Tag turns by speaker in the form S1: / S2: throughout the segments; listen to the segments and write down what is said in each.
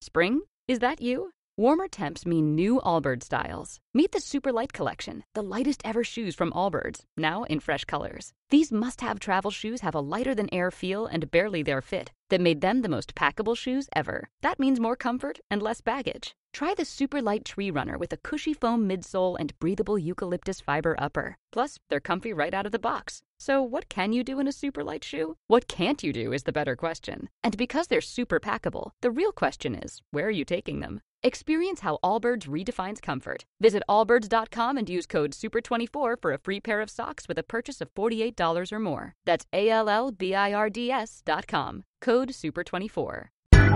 S1: Spring? Is that you? Warmer temps mean new Allbirds styles. Meet the Super Light Collection, the lightest ever shoes from Allbirds, now in fresh colors. These must-have travel shoes have a lighter-than-air feel and barely-there fit that made them the most packable shoes ever. That means more comfort and less baggage. Try the Super Light Tree Runner with a cushy foam midsole and breathable eucalyptus fiber upper. Plus, they're comfy right out of the box. So what can you do in a super light shoe? What can't you do is the better question. And because they're super packable, the real question is, where are you taking them? Experience how Allbirds redefines comfort. Visit allbirds.com and use code SUPER24 for a free pair of socks with a purchase of $48 or more. That's ALLBIRDS.com. Code SUPER24.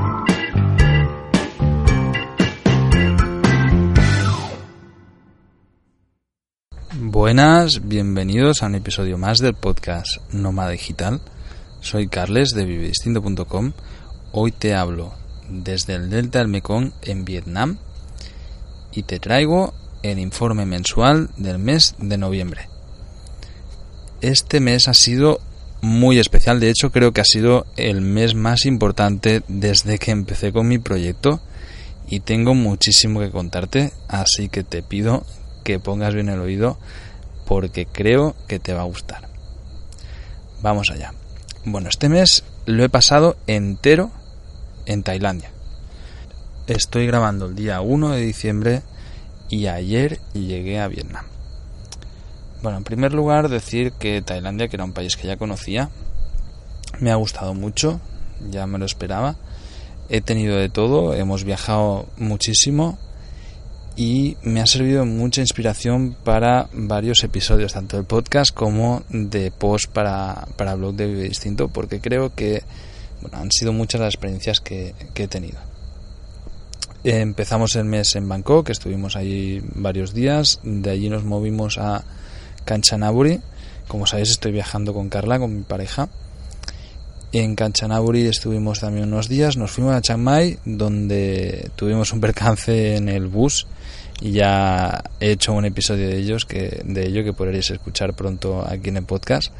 S2: Buenas, bienvenidos a un episodio más del podcast Nómada Digital. Soy Carles de vivedistinto.com. Hoy te hablo desde el delta del Mekong en Vietnam y te traigo el informe mensual del mes de noviembre. Este mes ha sido muy especial, de hecho creo que ha sido el mes más importante desde que empecé con mi proyecto y tengo muchísimo que contarte, así que te pido que pongas bien el oído porque creo que te va a gustar. Vamos allá. Bueno, este mes lo he pasado entero en Tailandia. Estoy grabando el día 1 de diciembre y ayer llegué a Vietnam. Bueno, en primer lugar decir que Tailandia, que era un país que ya conocía, me ha gustado mucho, ya me lo esperaba. He tenido de todo, hemos viajado muchísimo y me ha servido mucha inspiración para varios episodios, tanto del podcast como de post para blog de Vive Distinto, porque creo que han sido muchas las experiencias que he tenido. Empezamos el mes en Bangkok, estuvimos allí varios días, de allí nos movimos a Kanchanaburi. Como sabéis, estoy viajando con Carla, con mi pareja. En Kanchanaburi estuvimos también unos días, nos fuimos a Chiang Mai, donde tuvimos un percance en el bus y ya he hecho un episodio de ello que podréis escuchar pronto aquí en el podcast.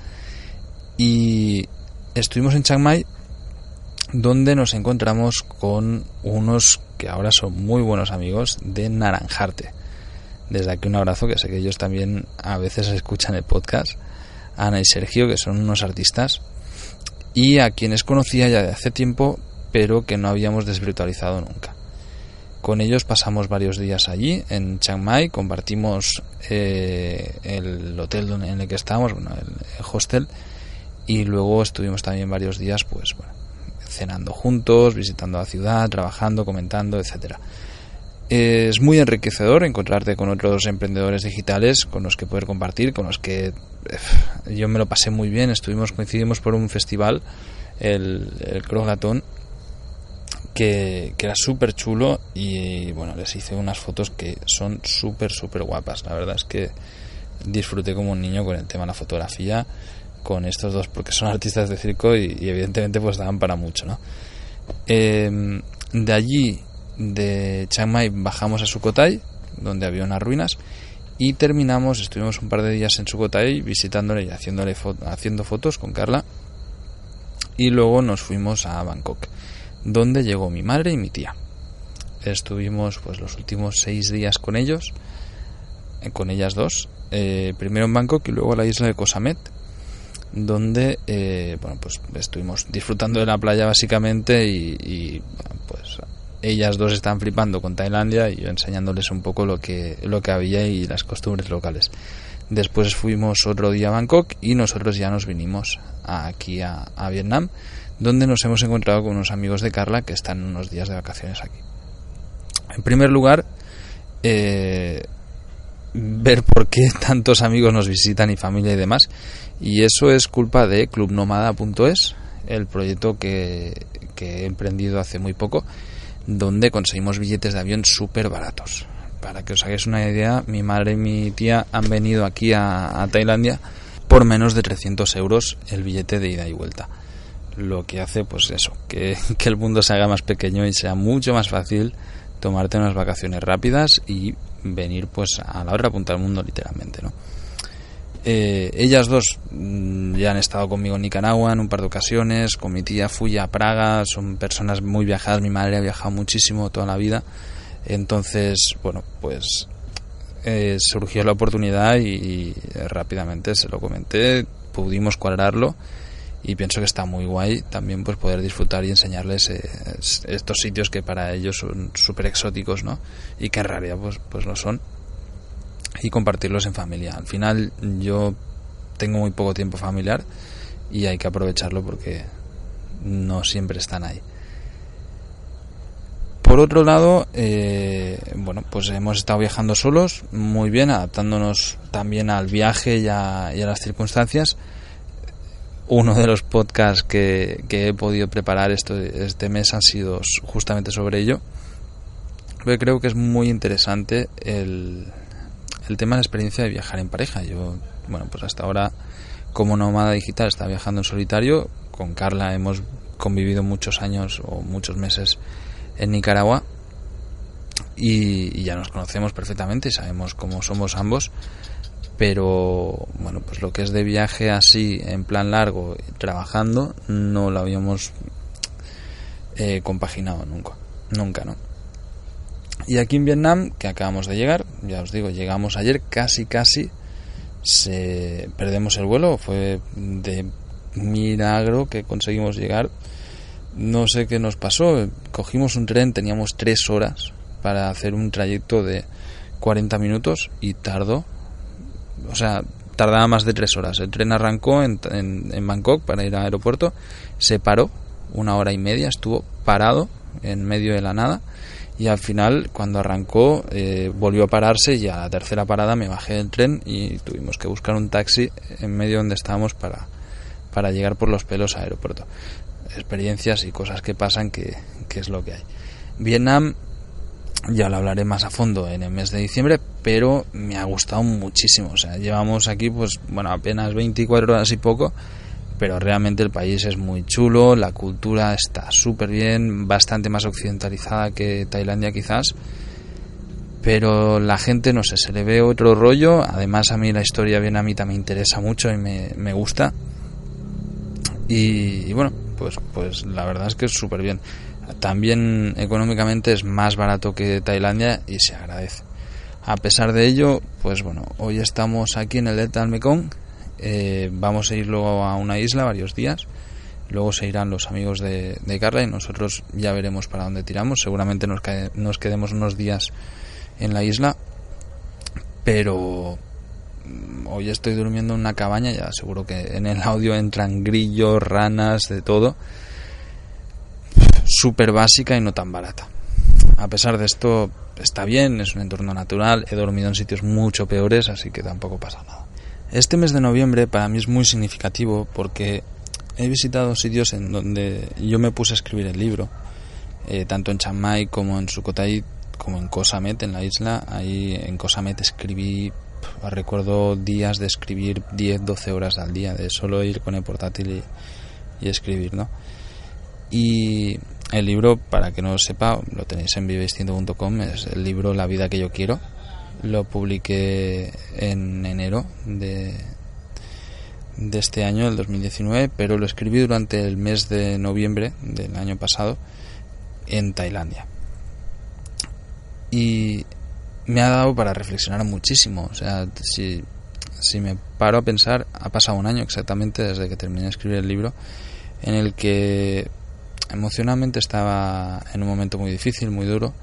S2: Y estuvimos en Chiang Mai, donde nos encontramos con unos que ahora son muy buenos amigos de Naranjarte. Desde aquí un abrazo, que sé que ellos también a veces escuchan el podcast. Ana y Sergio, que son unos artistas y a quienes conocía ya de hace tiempo, pero que no habíamos desvirtualizado nunca. Con ellos pasamos varios días allí en Chiang Mai, compartimos el hotel en el que estábamos, el hostel, y luego estuvimos también varios días cenando juntos, visitando la ciudad, trabajando, comentando, etcétera. Es muy enriquecedor encontrarte con otros emprendedores digitales con los que poder compartir, con los que yo me lo pasé muy bien. Coincidimos por un festival, el Crogatón, que era súper chulo, y bueno, les hice unas fotos que son súper guapas. La verdad es que disfruté como un niño con el tema de la fotografía con estos dos, porque son artistas de circo y evidentemente pues daban para mucho, ¿no? De allí, de Chiang Mai, bajamos a Sukhothai, donde había unas ruinas, y estuvimos un par de días en Sukhothai visitándole y haciendo fotos con Carla, y luego nos fuimos a Bangkok, donde llegó mi madre y mi tía. Estuvimos los últimos 6 días con ellos, con ellas dos, primero en Bangkok y luego a la isla de Koh Samet, donde estuvimos disfrutando de la playa básicamente y ellas dos están flipando con Tailandia y yo enseñándoles un poco lo que había y las costumbres locales. Después fuimos otro día a Bangkok y nosotros ya nos vinimos aquí a Vietnam, donde nos hemos encontrado con unos amigos de Carla que están unos días de vacaciones aquí. En primer lugar, ver por qué tantos amigos nos visitan y familia y demás, y eso es culpa de clubnomada.es, el proyecto que he emprendido hace muy poco, donde conseguimos billetes de avión súper baratos. Para que os hagáis una idea, mi madre y mi tía han venido aquí a Tailandia por menos de 300 euros el billete de ida y vuelta, lo que hace que el mundo se haga más pequeño y sea mucho más fácil tomarte unas vacaciones rápidas y venir a la otra punta del mundo, literalmente, ¿no? Ellas dos ya han estado conmigo en Nicaragua en un par de ocasiones, con mi tía fui a Praga, son personas muy viajadas, mi madre ha viajado muchísimo toda la vida, entonces bueno, pues surgió la oportunidad y rápidamente se lo comenté, pudimos cuadrarlo y pienso que está muy guay también pues poder disfrutar y enseñarles estos sitios que para ellos son súper exóticos, ¿no? Y que en realidad pues lo son, y compartirlos en familia. Al final yo tengo muy poco tiempo familiar y hay que aprovecharlo porque no siempre están ahí. Por otro lado, bueno, pues hemos estado viajando solos, muy bien, adaptándonos también al viaje y a las circunstancias. Uno de los podcasts que he podido preparar este mes han sido justamente sobre ello. Porque creo que es muy interesante el tema de la experiencia de viajar en pareja. Yo, bueno, pues hasta ahora como nómada digital estaba viajando en solitario. Con Carla hemos convivido muchos años o muchos meses en Nicaragua y ya nos conocemos perfectamente y sabemos cómo somos ambos, pero bueno, pues lo que es de viaje así en plan largo trabajando no lo habíamos compaginado nunca, ¿no? Y aquí en Vietnam, que acabamos de llegar, ya os digo, llegamos ayer, casi perdemos el vuelo, fue de milagro que conseguimos llegar. No sé qué nos pasó, cogimos un tren, teníamos 3 horas para hacer un trayecto de 40 minutos y tardaba más de 3 horas. El tren arrancó en Bangkok para ir al aeropuerto, se paró 1 hora y media, estuvo parado en medio de la nada y al final cuando arrancó volvió a pararse y a la tercera parada me bajé del tren y tuvimos que buscar un taxi en medio donde estábamos para llegar por los pelos al aeropuerto. Experiencias y cosas que pasan que es lo que hay. Vietnam ya lo hablaré más a fondo en el mes de diciembre, pero me ha gustado muchísimo. O sea, llevamos aquí pues bueno, apenas 24 horas y poco, pero realmente el país es muy chulo, la cultura está súper bien, bastante más occidentalizada que Tailandia quizás, pero la gente, no sé, se le ve otro rollo. Además a mí la historia vietnamita me interesa mucho y me gusta y bueno, pues la verdad es que es súper bien. También económicamente es más barato que Tailandia y se agradece. A pesar de ello, pues bueno, hoy estamos aquí en el delta del Mekong, vamos a ir luego a una isla varios días, luego se irán los amigos de Carla y nosotros ya veremos para dónde tiramos. Seguramente nos quedemos unos días en la isla, pero hoy estoy durmiendo en una cabaña, ya seguro que en el audio entran grillos, ranas, de todo. Súper básica y no tan barata. A pesar de esto está bien, es un entorno natural, he dormido en sitios mucho peores, así que tampoco pasa nada. Este mes de noviembre para mí es muy significativo porque he visitado sitios en donde yo me puse a escribir el libro, tanto en Chiang Mai como en Sukhothai como en Koh Samet, en la isla. Ahí en Koh Samet escribí, recuerdo días de escribir 10-12 horas al día, de solo ir con el portátil y escribir, ¿no? Y el libro, para que no lo sepa, lo tenéis en vivedistinto.com, es el libro La vida que yo quiero. Lo publiqué en enero de este año, el 2019, pero lo escribí durante el mes de noviembre del año pasado en Tailandia. Y me ha dado para reflexionar muchísimo. O sea, si me paro a pensar, ha pasado un año exactamente desde que terminé de escribir el libro, en el que emocionalmente estaba en un momento muy difícil, muy duro,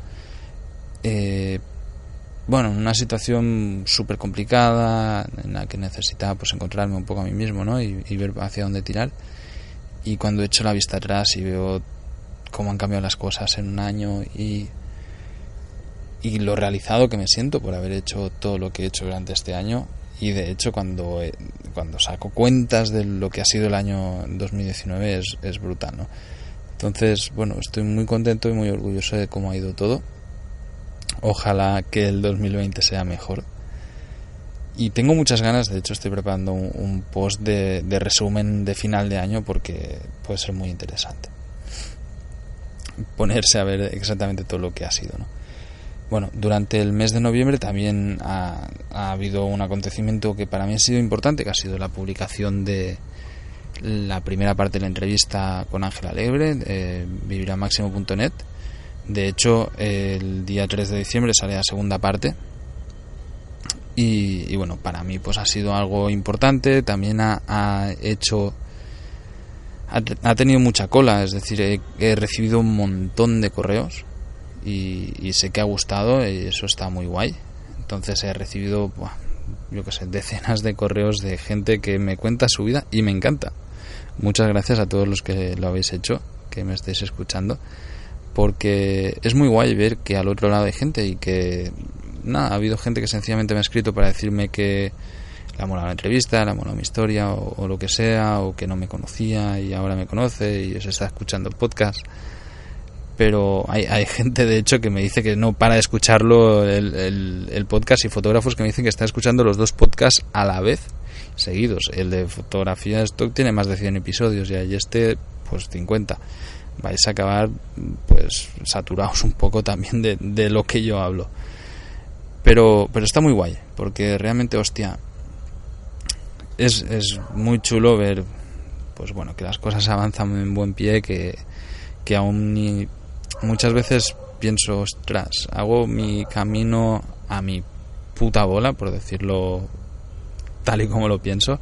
S2: bueno, en una situación súper complicada en la que necesitaba pues encontrarme un poco a mí mismo, ¿no? y ver hacia dónde tirar. Y cuando echo la vista atrás y veo cómo han cambiado las cosas en un año y lo realizado que me siento por haber hecho todo lo que he hecho durante este año, y de hecho cuando saco cuentas de lo que ha sido el año 2019 es brutal, ¿no? Entonces, bueno, estoy muy contento y muy orgulloso de cómo ha ido todo. Ojalá que el 2020 sea mejor. Y tengo muchas ganas, de hecho estoy preparando un post de resumen de final de año porque puede ser muy interesante ponerse a ver exactamente todo lo que ha sido, ¿no? Bueno, durante el mes de noviembre también ha habido un acontecimiento que para mí ha sido importante, que ha sido la publicación de la primera parte de la entrevista con Ángel Alegre, viviramaximo.net. De hecho, el día 3 de diciembre sale la segunda parte. Y bueno, para mí pues ha sido algo importante. También ha tenido mucha cola, es decir, he recibido un montón de correos y sé que ha gustado y eso está muy guay. Entonces he recibido, yo qué sé, decenas de correos de gente que me cuenta su vida y me encanta. Muchas gracias a todos los que lo habéis hecho, que me estéis escuchando, porque es muy guay ver que al otro lado hay gente y que ha habido gente que sencillamente me ha escrito para decirme que le ha molado la entrevista, le ha molado mi historia o lo que sea, o que no me conocía y ahora me conoce y se está escuchando el podcast. Pero hay gente de hecho que me dice que no para de escucharlo el podcast, y fotógrafos que me dicen que están escuchando los dos podcasts a la vez seguidos. El de fotografía de stock tiene más de 100 episodios y este pues 50. Vais a acabar pues saturados un poco también de lo que yo hablo. Pero está muy guay, porque realmente, hostia, es muy chulo ver pues bueno, que las cosas avanzan en buen pie, que aún muchas veces pienso, ostras, hago mi camino a mi puta bola, por decirlo tal y como lo pienso,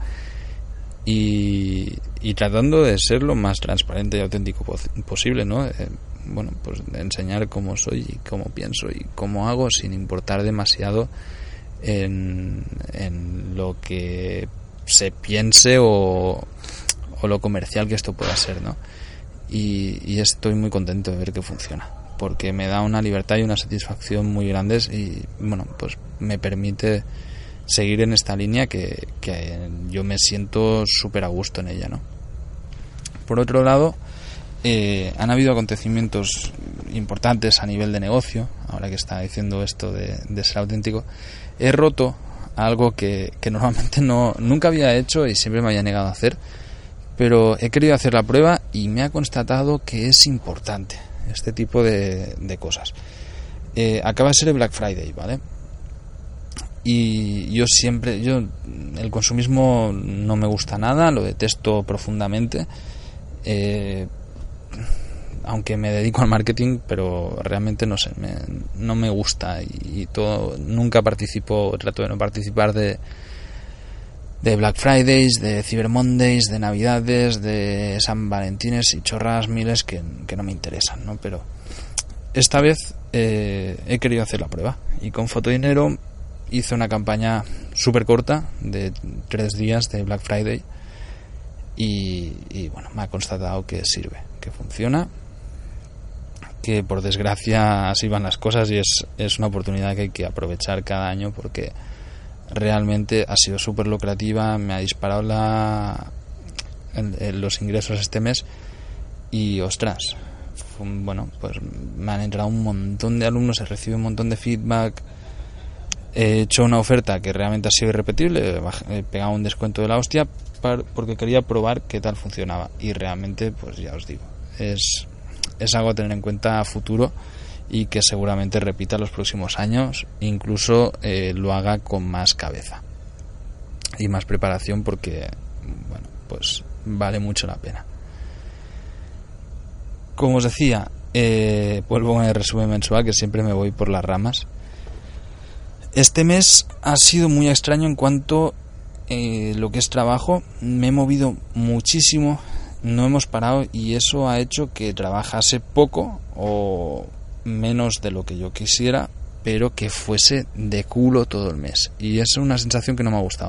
S2: y tratando de ser lo más transparente y auténtico posible, ¿no? Bueno, pues de enseñar cómo soy y cómo pienso y cómo hago, sin importar demasiado en lo que se piense o lo comercial que esto pueda ser, ¿no? Y estoy muy contento de ver que funciona, porque me da una libertad y una satisfacción muy grandes y bueno, pues me permite seguir en esta línea que yo me siento súper a gusto en ella, ¿no? Por otro lado, han habido acontecimientos importantes a nivel de negocio. Ahora que está diciendo esto de ser auténtico, he roto algo que normalmente nunca había hecho y siempre me había negado a hacer, pero he querido hacer la prueba y me ha constatado que es importante este tipo de cosas. Acaba de ser el Black Friday, ¿vale? Y yo el consumismo no me gusta nada, lo detesto profundamente, aunque me dedico al marketing, pero realmente no sé, no me gusta y nunca participo, trato de no participar de Black Fridays, de Cyber Mondays, de Navidades, de San Valentines y chorradas miles que no me interesan, ¿no? Pero esta vez he querido hacer la prueba y con Fotodinero hice una campaña súper corta de 3 días de Black Friday y bueno, me ha constatado que sirve, que funciona, que por desgracia así van las cosas y es una oportunidad que hay que aprovechar cada año, porque realmente ha sido súper lucrativa, me ha disparado los ingresos este mes y ostras, bueno, pues me han entrado un montón de alumnos, he recibido un montón de feedback, he hecho una oferta que realmente ha sido irrepetible, he pegado un descuento de la hostia porque quería probar qué tal funcionaba y realmente pues ya os digo, es algo a tener en cuenta a futuro y que seguramente repita los próximos años, incluso lo haga con más cabeza y más preparación, porque bueno, pues vale mucho la pena. Como os decía, vuelvo con el resumen mensual, que siempre me voy por las ramas. Este mes ha sido muy extraño en cuanto lo que es trabajo. Me he movido muchísimo, no hemos parado y eso ha hecho que trabajase poco o menos de lo que yo quisiera, pero que fuese de culo todo el mes, y es una sensación que no me ha gustado.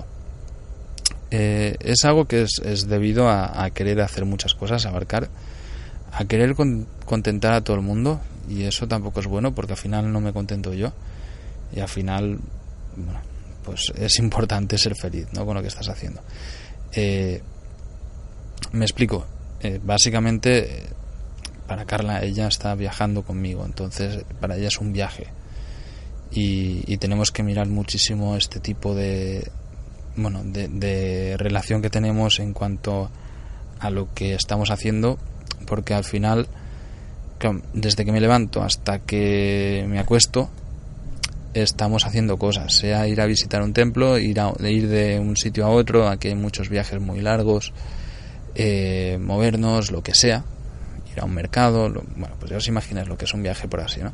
S2: Es algo que es debido a querer hacer muchas cosas, abarcar, a querer contentar a todo el mundo, y eso tampoco es bueno, porque al final no me contento yo y al final, bueno, pues es importante ser feliz, ¿no?, con lo que estás haciendo. Me explico. Básicamente, para Carla, ella está viajando conmigo, entonces para ella es un viaje y tenemos que mirar muchísimo este tipo de relación que tenemos en cuanto a lo que estamos haciendo, porque al final, desde que me levanto hasta que me acuesto, estamos haciendo cosas, sea ir a visitar un templo, ir de un sitio a otro, aquí hay muchos viajes muy largos, movernos, lo que sea, ir a un mercado, bueno, pues ya os imagináis lo que es un viaje por así, ¿no?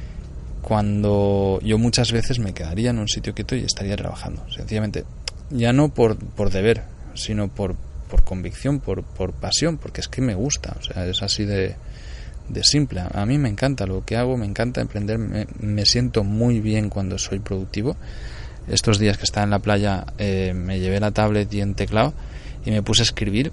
S2: Cuando yo muchas veces me quedaría en un sitio quieto y estaría trabajando, sencillamente, ya no por deber, sino por convicción, por pasión, porque es que me gusta, o sea, es así de simple. A mí me encanta lo que hago, me encanta emprender, me siento muy bien cuando soy productivo. Estos días que estaba en la playa me llevé la tablet y un teclado y me puse a escribir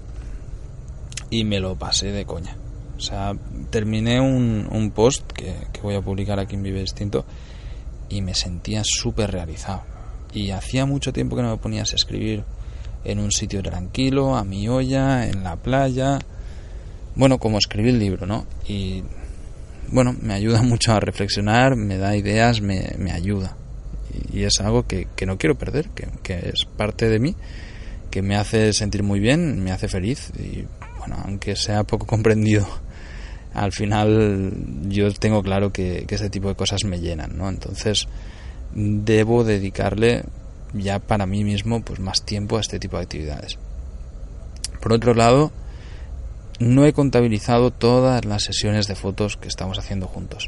S2: y me lo pasé de coña. O sea, terminé un post que voy a publicar aquí en Vive Distinto y me sentía súper realizado. Y hacía mucho tiempo que no me ponías a escribir en un sitio tranquilo, a mi olla, en la playa. Bueno, como escribir el libro, ¿no? Y bueno, me ayuda mucho a reflexionar, me da ideas, me ayuda. Y es algo que no quiero perder, que es parte de mí, que me hace sentir muy bien, me hace feliz. Y bueno, aunque sea poco comprendido, al final yo tengo claro que ese tipo de cosas me llenan, ¿no? Entonces debo dedicarle ya para mí mismo pues más tiempo a este tipo de actividades. Por otro lado, no he contabilizado todas las sesiones de fotos que estamos haciendo juntos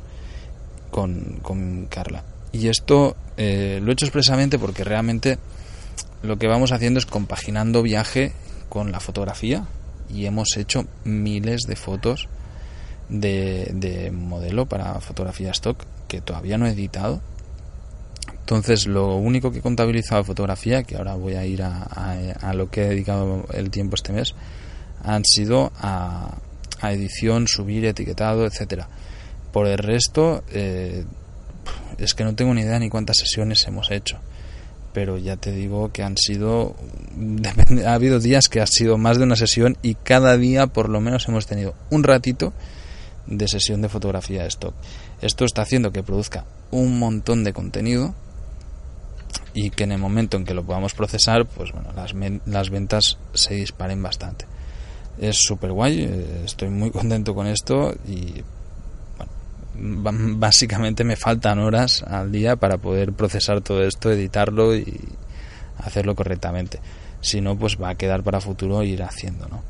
S2: con Carla. Y esto lo he hecho expresamente porque realmente lo que vamos haciendo es compaginando viaje con la fotografía y hemos hecho miles de fotos de modelo para fotografía stock que todavía no he editado. Entonces lo único que he contabilizado de fotografía, que ahora voy a ir a lo que he dedicado el tiempo este mes, han sido a edición, subir, etiquetado, etcétera. Por el resto es que no tengo ni idea ni cuántas sesiones hemos hecho, pero ya te digo que han sido, ha habido días que ha sido más de una sesión y cada día por lo menos hemos tenido un ratito de sesión de fotografía de stock. Esto está haciendo que produzca un montón de contenido y que en el momento en que lo podamos procesar, pues bueno, las ventas se disparen bastante. Es súper guay, estoy muy contento con esto y bueno, básicamente me faltan horas al día para poder procesar todo esto, editarlo y hacerlo correctamente. Si no, pues va a quedar para futuro ir haciendo, ¿no?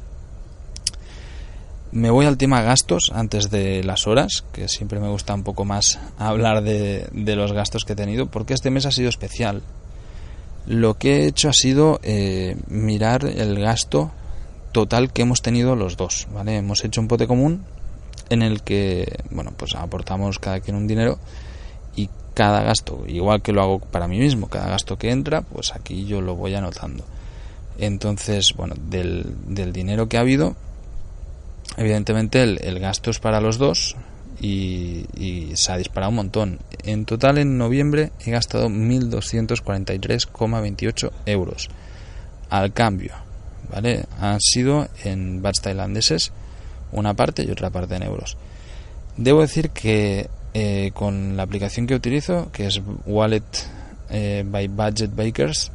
S2: Me voy al tema gastos antes de las horas, que siempre me gusta un poco más hablar de los gastos que he tenido, porque este mes ha sido especial. Lo que he hecho ha sido mirar el gasto total que hemos tenido los dos, ¿vale? Hemos hecho un pote común en el que, bueno, pues aportamos cada quien un dinero y cada gasto, igual que lo hago para mí mismo, cada gasto que entra, pues aquí yo lo voy anotando. Entonces, bueno, del dinero que ha habido, evidentemente el gasto es para los dos y se ha disparado un montón. En total en noviembre he gastado 1.243,28 euros al cambio, ¿vale? Han sido en bahts tailandeses una parte y otra parte en euros. Debo decir que con la aplicación que utilizo, que es Wallet by Budget Bakers,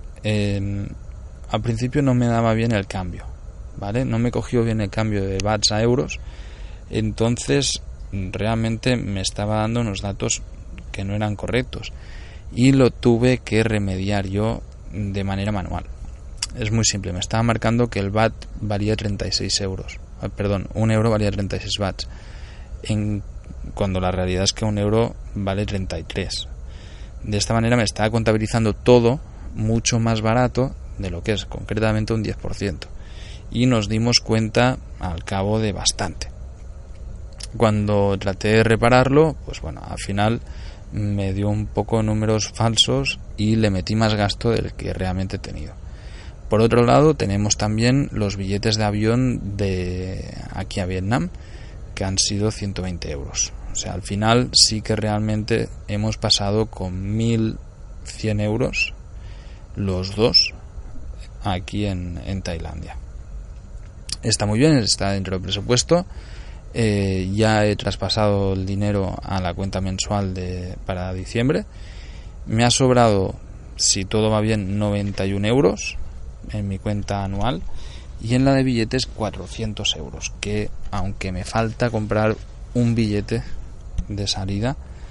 S2: al principio no me daba bien el cambio, ¿vale? No me cogió bien el cambio de bahts a euros, entonces realmente me estaba dando unos datos que no eran correctos y lo tuve que remediar yo de manera manual. Es muy simple, me estaba marcando que el baht valía 36 euros. Perdón, 1 euro valía 36 bahts, cuando la realidad es que 1 euro vale 33. De esta manera me estaba contabilizando todo mucho más barato de lo que es, concretamente un 10%. Y nos dimos cuenta al cabo de bastante. Cuando traté de repararlo, pues bueno, al final me dio un poco números falsos y le metí más gasto del que realmente he tenido. Por otro lado, tenemos también los billetes de avión de aquí a Vietnam, que han sido 120 euros. O sea, al final sí que realmente hemos pasado con 1.100 euros los dos aquí en Tailandia. Está muy bien, está dentro del presupuesto. Ya he traspasado el dinero a la cuenta mensual para diciembre. Me ha sobrado, si todo va bien, 91 euros en mi cuenta anual y en la de billetes 400 euros, que aunque me falta comprar un billete de salida,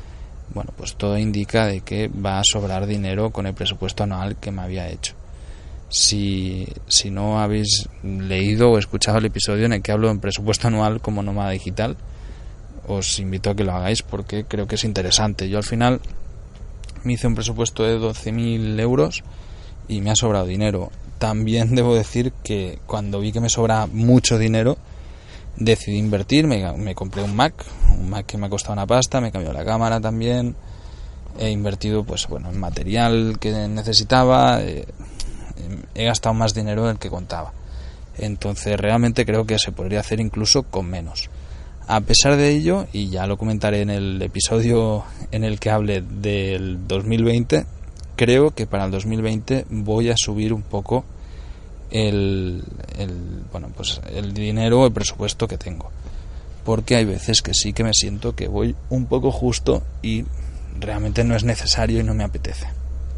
S2: bueno, pues todo indica de que va a sobrar dinero con el presupuesto anual que me había hecho. Si no habéis leído o escuchado el episodio en el que hablo en presupuesto anual como nómada digital, os invito a que lo hagáis porque creo que es interesante. Yo al final me hice un presupuesto de 12.000 euros y me ha sobrado dinero. También debo decir que cuando vi que me sobra mucho dinero, decidí invertir. Me compré un Mac que me ha costado una pasta, me cambió la cámara también, he invertido pues bueno en material que necesitaba, he gastado más dinero del que contaba. Entonces realmente creo que se podría hacer incluso con menos. A pesar de ello, y ya lo comentaré en el episodio en el que hable del 2020, creo que para el 2020 voy a subir un poco el dinero, el presupuesto que tengo, porque hay veces que sí que me siento que voy un poco justo y realmente no es necesario y no me apetece.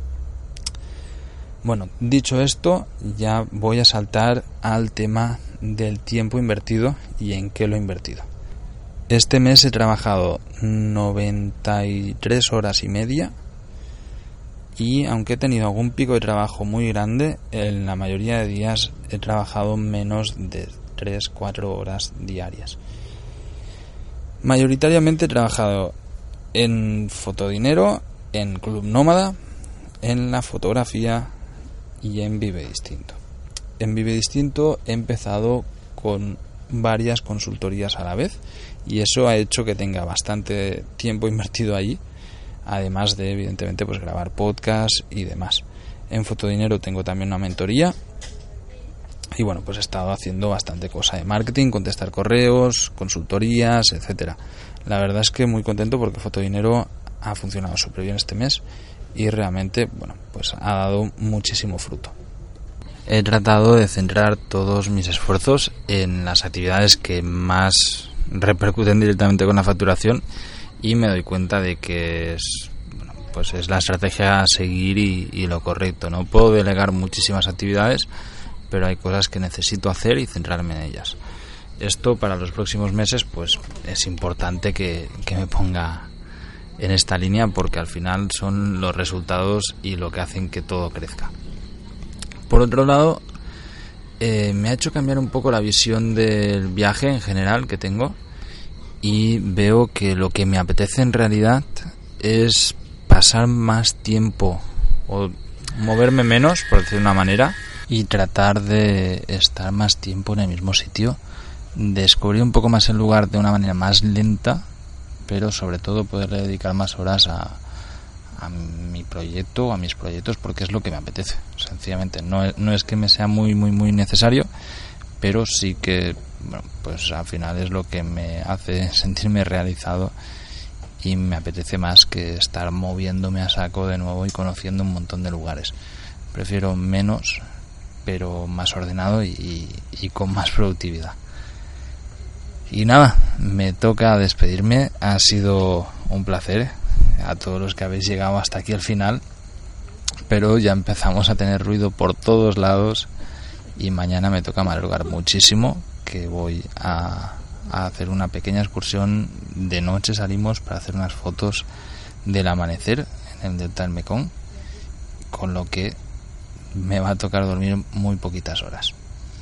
S2: Bueno, dicho esto, ya voy a saltar al tema del tiempo invertido y en qué lo he invertido. Este mes he trabajado 93 horas y media y aunque he tenido algún pico de trabajo muy grande, en la mayoría de días he trabajado menos de 3-4 horas diarias. Mayoritariamente he trabajado en Fotodinero, en Club Nómada, en la fotografía y en Vive Distinto. En Vive Distinto he empezado con varias consultorías a la vez y eso ha hecho que tenga bastante tiempo invertido allí, además de evidentemente pues grabar podcasts y demás. En Fotodinero tengo también una mentoría y bueno, pues he estado haciendo bastante cosa de marketing, contestar correos, consultorías, etcétera. La verdad es que muy contento porque Fotodinero ha funcionado súper bien este mes y realmente, bueno, pues ha dado muchísimo fruto. He tratado de centrar todos mis esfuerzos en las actividades que más repercuten directamente con la facturación y me doy cuenta de que es la estrategia a seguir y lo correcto. No puedo delegar muchísimas actividades, pero hay cosas que necesito hacer y centrarme en ellas. Esto para los próximos meses pues es importante que me ponga en esta línea porque al final son los resultados y lo que hacen que todo crezca. Por otro lado, me ha hecho cambiar un poco la visión del viaje en general que tengo y veo que lo que me apetece en realidad es pasar más tiempo o moverme menos, por decir de una manera, y tratar de estar más tiempo en el mismo sitio, descubrir un poco más el lugar de una manera más lenta, pero sobre todo poderle dedicar más horas a mi proyecto o a mis proyectos porque es lo que me apetece. Sencillamente no es que me sea muy necesario, pero sí que bueno, pues al final es lo que me hace sentirme realizado y me apetece más que estar moviéndome a saco de nuevo y conociendo un montón de lugares. Prefiero menos pero más ordenado y con más productividad. Y nada, me toca despedirme. Ha sido un placer a todos los que habéis llegado hasta aquí al final, pero ya empezamos a tener ruido por todos lados y mañana me toca madrugar muchísimo, que voy a hacer una pequeña excursión. De noche salimos para hacer unas fotos del amanecer en el delta del Mekong, con lo que me va a tocar dormir muy poquitas horas.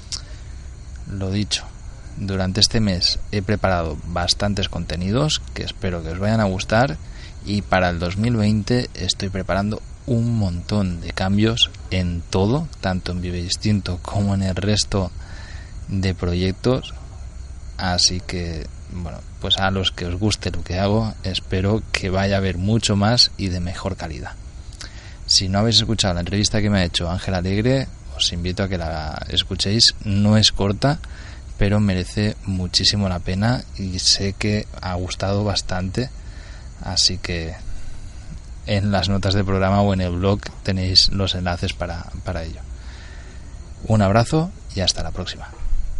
S2: Lo dicho, durante este mes he preparado bastantes contenidos que espero que os vayan a gustar y para el 2020 estoy preparando un montón de cambios en todo, tanto en Vive Distinto como en el resto de proyectos, así que bueno, pues a los que os guste lo que hago espero que vaya a haber mucho más y de mejor calidad. Si no habéis escuchado la entrevista que me ha hecho Ángel Alegre, os invito a que la escuchéis. No es corta, pero merece muchísimo la pena y sé que ha gustado bastante, así que en las notas del programa o en el blog tenéis los enlaces para ello. Un abrazo y hasta la próxima.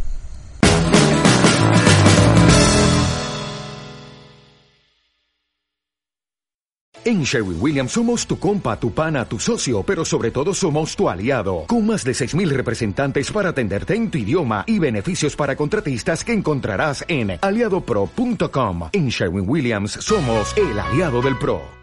S3: En Sherwin-Williams somos tu compa, tu pana, tu socio, pero sobre todo somos tu aliado. Con más de 6,000 representantes para atenderte en tu idioma y beneficios para contratistas que encontrarás en aliadopro.com. En Sherwin-Williams somos el aliado del pro.